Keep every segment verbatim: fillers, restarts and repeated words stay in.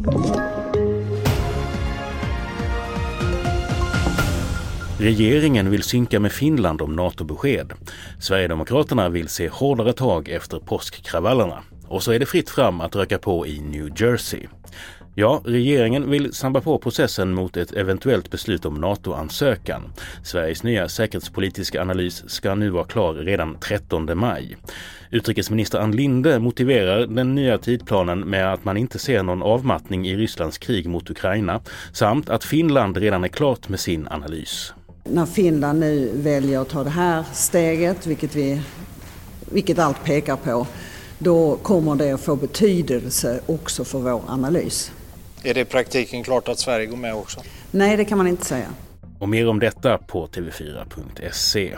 Regeringen vill synka med Finland om NATO-besked. Sverigedemokraterna vill se hårdare tag efter påskkravallerna. Och så är det fritt fram att röka på i New Jersey. Ja, regeringen vill snabba på processen mot ett eventuellt beslut om NATO-ansökan. Sveriges nya säkerhetspolitiska analys ska nu vara klar redan trettonde maj. Utrikesminister Ann Linde motiverar den nya tidplanen med att man inte ser någon avmattning i Rysslands krig mot Ukraina samt att Finland redan är klart med sin analys. När Finland nu väljer att ta det här steget, vilket, vi, vilket allt pekar på, då kommer det att få betydelse också för vår analys. Är det i praktiken klart att Sverige går med också? Nej, det kan man inte säga. Och mer om detta på t v fyra punkt se.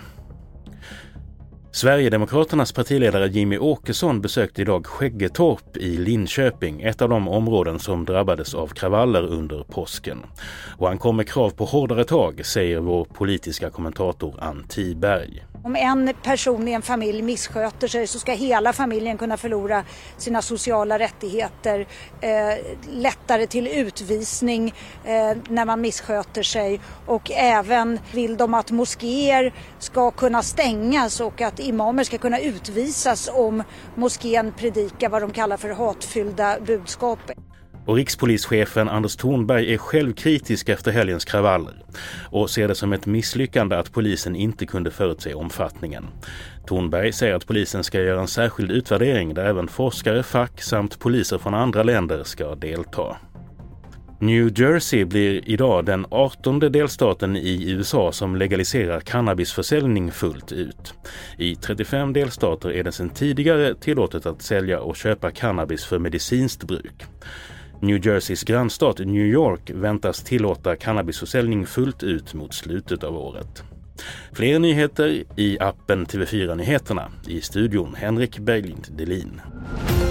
Sverigedemokraternas partiledare Jimmy Åkesson besökte idag Skäggetorp i Linköping, ett av de områden som drabbades av kravaller under påsken. Och han kom med krav på hårdare tag, säger vår politiska kommentator Ann Tiberg. Om en person i en familj missköter sig så ska hela familjen kunna förlora sina sociala rättigheter, eh, lättare till utvisning eh, när man missköter sig, och även vill de att moskéer ska kunna stängas och att imamer ska kunna utvisas om moskén predikar vad de kallar för hatfyllda budskap. Och rikspolischefen Anders Thornberg är självkritisk efter helgens kravaller och ser det som ett misslyckande att polisen inte kunde förutse omfattningen. Thornberg säger att polisen ska göra en särskild utvärdering där även forskare, fack samt poliser från andra länder ska delta. New Jersey blir idag den artonde delstaten i U S A som legaliserar cannabisförsäljning fullt ut. I trettiofem delstater är det sedan tidigare tillåtet att sälja och köpa cannabis för medicinskt bruk. New Jerseys grannstat New York väntas tillåta cannabisförsäljning fullt ut mot slutet av året. Fler nyheter i appen T V fyra Nyheterna. I studion Henrik Berglind Delin.